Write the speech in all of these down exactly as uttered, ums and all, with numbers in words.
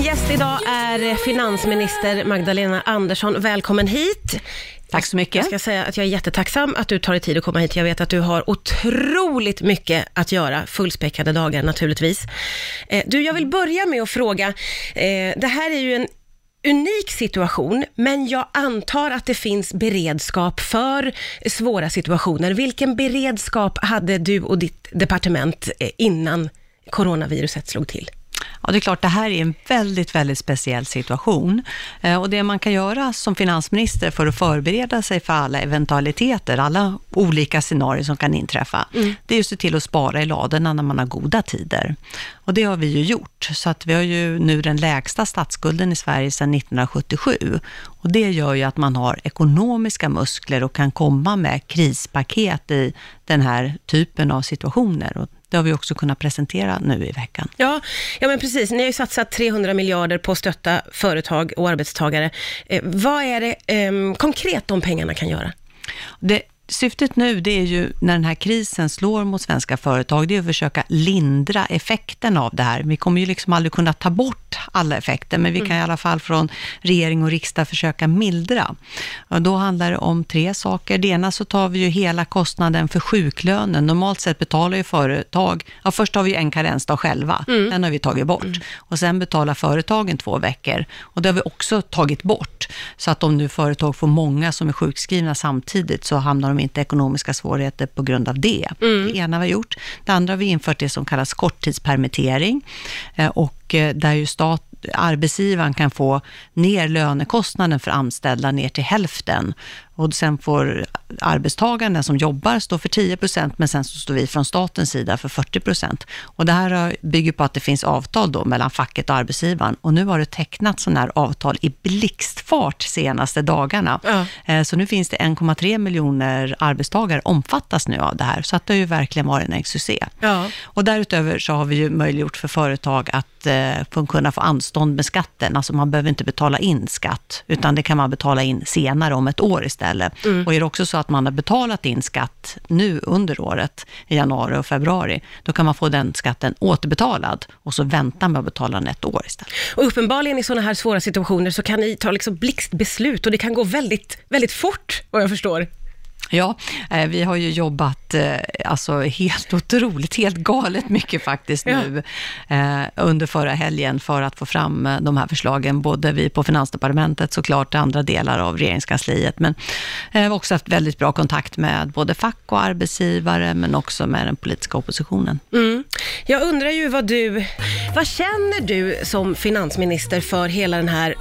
Min gäst idag är finansminister Magdalena Andersson. Välkommen hit. Tack så mycket. Jag ska säga att jag är jättetacksam att du tar dig tid att komma hit. Jag vet att du har otroligt mycket att göra, fullspäckade dagar naturligtvis. Eh, du, jag vill börja med att fråga, eh, det här är ju en unik situation, men jag antar att det finns beredskap för svåra situationer. Vilken beredskap hade du och ditt departement eh, innan coronaviruset slog till? Ja, det är klart, det här är en väldigt, väldigt speciell situation. Eh, och det man kan göra som finansminister för att förbereda sig för alla eventualiteter, alla olika scenarier som kan inträffa, mm. det är ju se till att spara i ladorna när man har goda tider. Och det har vi ju gjort. Så att vi har ju nu den lägsta statsskulden i Sverige sedan nittonhundrasjuttiosju. Och det gör ju att man har ekonomiska muskler och kan komma med krispaket i den här typen av situationer. Och det har vi också kunnat presentera nu i veckan. Ja, ja men precis. Ni har ju satsat trehundra miljarder på att stötta företag och arbetstagare. Eh, vad är det eh, konkret de pengarna kan göra? Det Syftet nu, det är ju när den här krisen slår mot svenska företag, det är att försöka lindra effekten av det här. Vi kommer ju liksom aldrig kunna ta bort alla effekter, men vi kan mm. i alla fall från regering och riksdag försöka mildra. Och då handlar det om tre saker. Det ena, så tar vi ju hela kostnaden för sjuklönen. Normalt sett betalar ju företag, ja först har vi en karensdag själva, mm. den har vi tagit bort. Mm. Och sen betalar företagen två veckor. Och det har vi också tagit bort. Så att om nu företag får många som är sjukskrivna samtidigt, så hamnar de inte ekonomiska svårigheter på grund av det. Mm. Det ena har vi gjort. Det andra har vi infört det som kallas korttidspermittering. Eh, och eh, där ju stat, arbetsgivaren kan få ner lönekostnaden för anställda ner till hälften. Och sen får arbetstagarna som jobbar stå för tio procent, men sen så står vi från statens sida för fyrtio procent. Och det här bygger på att det finns avtal då mellan facket och arbetsgivaren. Och nu har det tecknat sådana här avtal i blixtfart senaste dagarna. Ja. Så nu finns det en komma tre miljoner arbetstagare omfattas nu av det här. Så att det har ju verkligen varit en succé. Ja. Och därutöver så har vi ju möjliggjort för företag att eh, kunna få anstånd med skatten. Alltså man behöver inte betala in skatt, utan det kan man betala in senare om ett år istället. Mm. Och är det också så att man har betalat in skatt nu under året i januari och februari, då kan man få den skatten återbetalad och så väntar man att betala den ett år istället. Och uppenbarligen i sådana här svåra situationer så kan ni ta liksom blixtbeslut och det kan gå väldigt, väldigt fort, vad jag förstår. Ja, eh, vi har ju jobbat eh, alltså helt otroligt, helt galet mycket faktiskt ja. nu eh, under förra helgen för att få fram eh, de här förslagen. Både vi på Finansdepartementet såklart och andra delar av regeringskansliet. Men eh, vi har också haft väldigt bra kontakt med både fack och arbetsgivare, men också med den politiska oppositionen. Mm. Jag undrar ju vad du, vad känner du som finansminister för hela den här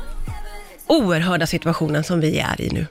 oerhörda situationen som vi är i nu?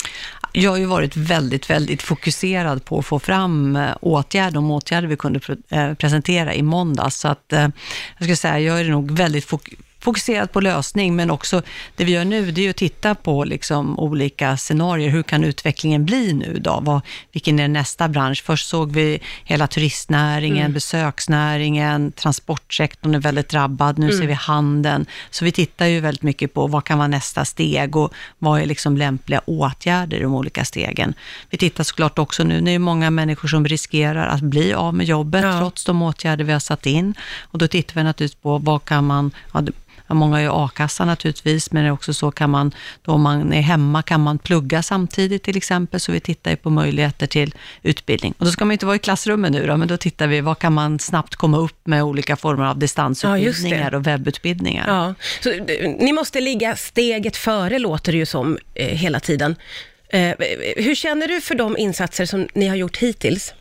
Jag har ju varit väldigt, väldigt fokuserad på att få fram åtgärder, de åtgärder vi kunde pre- presentera i måndags. Så att jag ska säga, jag är nog väldigt fok- fokuserad på lösning, men också det vi gör nu, det är ju att titta på liksom olika scenarier. Hur kan utvecklingen bli nu då? Vad, vilken är nästa bransch? Först såg vi hela turistnäringen, mm. besöksnäringen, transportsektorn är väldigt drabbad. Nu mm. ser vi handeln. Så vi tittar ju väldigt mycket på vad kan vara nästa steg och vad är liksom lämpliga åtgärder i de olika stegen. Vi tittar såklart också nu, det är många människor som riskerar att bli av med jobbet ja. trots de åtgärder vi har satt in. Och då tittar vi naturligtvis på vad kan man... Ja, många är ju a-kassa naturligtvis, men det är också så kan man, då om man är hemma kan man plugga samtidigt till exempel, så vi tittar ju på möjligheter till utbildning. Och då ska man inte vara i klassrummet nu då, men då tittar vi vad kan man snabbt komma upp med olika former av distansutbildningar ja, och webbutbildningar. Ja. Så, ni måste ligga steget före, låter det ju som eh, hela tiden. Eh, hur känner du för de insatser som ni har gjort hittills?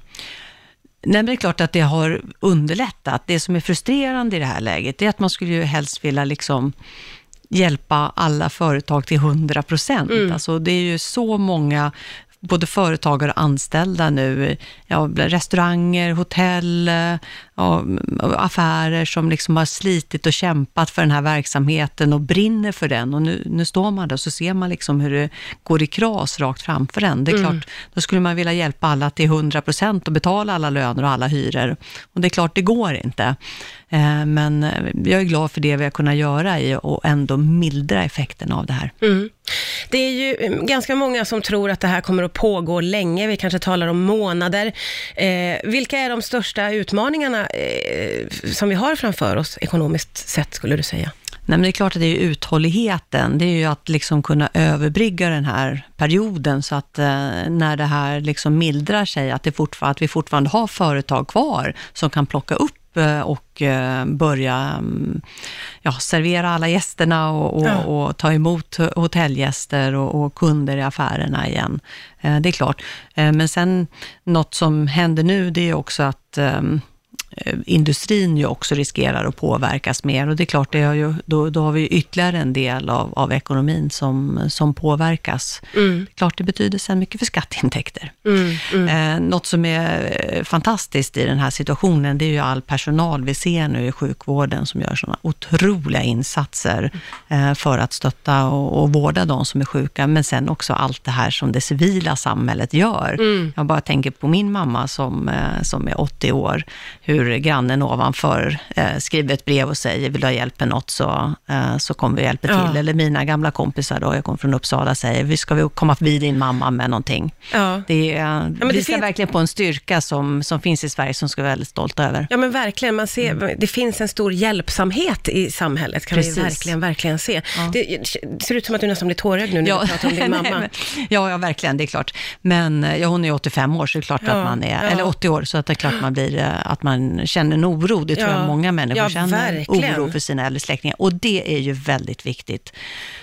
Nej, men det är klart att det har underlättat. Det som är frustrerande i det här läget är att man skulle ju helst vilja liksom hjälpa alla företag till hundra procent. Mm. Alltså det är ju så många både företagare och anställda nu, ja, restauranger, hotell, ja, affärer som liksom har slitit och kämpat för den här verksamheten och brinner för den, och nu, nu står man där och så ser man liksom hur det går i kras rakt framför den. Det är mm. klart, då skulle man vilja hjälpa alla till hundra procent och betala alla löner och alla hyror, och det är klart det går inte. Men jag är glad för det vi har kunnat göra i och ändå mildra effekten av det här. Mm. Det är ju ganska många som tror att det här kommer att pågå länge. Vi kanske talar om månader. Eh, vilka är de största utmaningarna eh, som vi har framför oss ekonomiskt sett, skulle du säga? Nej, men det är klart att det är uthålligheten. Det är ju att liksom kunna överbrygga den här perioden så att eh, när det här liksom mildrar sig, att, det fortfar- att vi fortfarande har företag kvar som kan plocka upp eh, och eh, börja um, ja, servera alla gästerna och, och, ja. och ta emot hotellgäster och, och kunder i affärerna igen. Eh, det är klart. Eh, men sen något som händer nu, det är också att eh, industrin ju också riskerar att påverkas mer, och det är klart, det har ju, då, då har vi ytterligare en del av, av ekonomin som, som påverkas. Mm. Det är klart, det betyder sen mycket för skatteintäkter. Mm, mm. Eh, något som är fantastiskt i den här situationen, det är ju all personal vi ser nu i sjukvården som gör sådana otroliga insatser eh, för att stötta och, och vårda de som är sjuka, men sen också allt det här som det civila samhället gör. Mm. Jag bara tänker på min mamma som, eh, som är åttio år, hur grannen ovanför eh, skriver ett brev och säger vill du ha hjälp med något så, eh, så kommer vi hjälpa till. Ja. Eller mina gamla kompisar då, jag kommer från Uppsala, säger vi ska vi komma förbi din mamma med någonting. Ja. Det är, ja, vi det ser finns... verkligen på en styrka som, som finns i Sverige som ska vara väldigt stolta över. Ja, men verkligen, man ser, mm. det finns en stor hjälpsamhet i samhället, kan Precis. vi verkligen, verkligen se. Ja. Det ser ut som att du nästan blir tårögd nu när ja. du pratar om din mamma. men, ja, ja, verkligen, det är klart. Men ja, hon är åttiofem år, så det är klart ja. att man är, ja. eller åttio år, så att det är klart man blir, att man känner en oro. Det tror ja. jag många människor ja, känner, verkligen. oro för sina äldre släktingar. Och det är ju väldigt viktigt.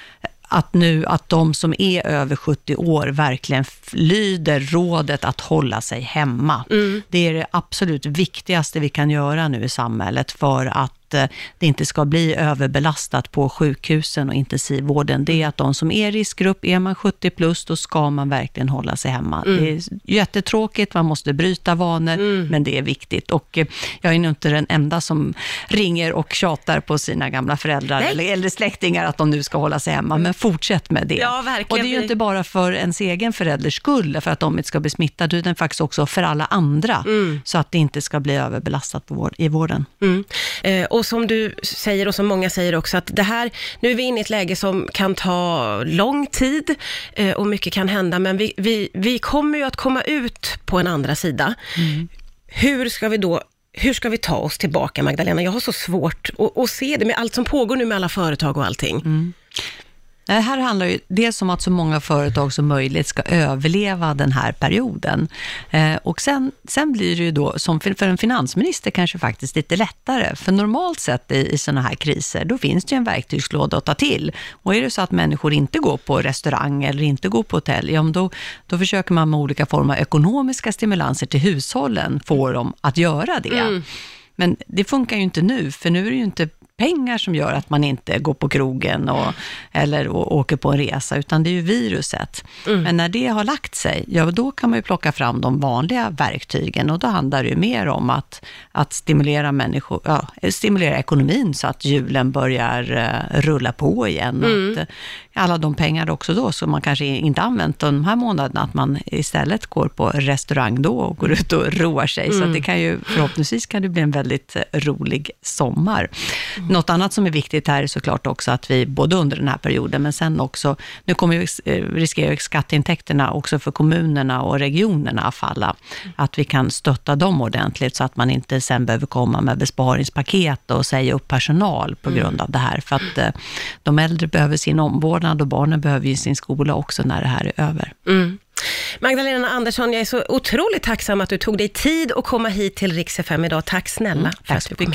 Att nu, att de som är över sjuttio år verkligen lyder rådet att hålla sig hemma. Mm. Det är det absolut viktigaste vi kan göra nu i samhället för att det inte ska bli överbelastat på sjukhusen och intensivvården. Det är att de som är i riskgrupp, är man sjuttio plus, då ska man verkligen hålla sig hemma. Mm. Det är jättetråkigt, man måste bryta vanor, mm. men det är viktigt. Och jag är nog inte den enda som ringer och tjatar på sina gamla föräldrar Nej. eller äldre släktingar att de nu ska hålla sig hemma, men fortsätt med det. Ja, verkligen. Och det är ju inte bara för ens egen förälders skull, för att de inte ska bli smittade, utan faktiskt också för alla andra, mm. så att det inte ska bli överbelastat på vård, i vården. Mm. Eh, och som du säger, och som många säger också, att det här, nu är vi inne i ett läge som kan ta lång tid eh, och mycket kan hända, men vi, vi, vi kommer ju att komma ut på en andra sida. Mm. Hur ska vi då Hur ska vi ta oss tillbaka, Magdalena? Jag har så svårt att, att se det med allt som pågår nu med alla företag och allting. Mm. Det här handlar ju dels om att så många företag som möjligt ska överleva den här perioden. Eh, och sen, sen blir det ju då, som för en finansminister kanske faktiskt lite lättare. För normalt sett i, i sådana här kriser, då finns det ju en verktygslåda att ta till. Och är det så att människor inte går på restaurang eller inte går på hotell, ja, då, då försöker man med olika former av ekonomiska stimulanser till hushållen få dem att göra det. Mm. Men det funkar ju inte nu, för nu är det ju inte pengar som gör att man inte går på krogen och, eller och, åker på en resa, utan det är ju viruset. Mm. Men när det har lagt sig, ja, då kan man ju plocka fram de vanliga verktygen, och då handlar det ju mer om att, att stimulera människor, ja, stimulera ekonomin så att hjulen börjar uh, rulla på igen. Mm. Att, uh, alla de pengar också då som man kanske inte använt de här månaderna, att man istället går på restaurang då och går ut och roar sig. Mm. Så att det kan ju, förhoppningsvis kan det bli en väldigt rolig sommar. Mm. Något annat som är viktigt här är såklart också att vi både under den här perioden, men sen också, nu kommer ju riskera skatteintäkterna också för kommunerna och regionerna att falla. Att vi kan stötta dem ordentligt så att man inte sen behöver komma med besparingspaket och säga upp personal på grund mm. av det här. För att eh, de äldre behöver sin omvårdnad och barnen behöver ju sin skola också när det här är över. Mm. Magdalena Andersson, jag är så otroligt tacksam att du tog dig tid att komma hit till Rix F M idag. Tack snälla. Mm, tack så mycket.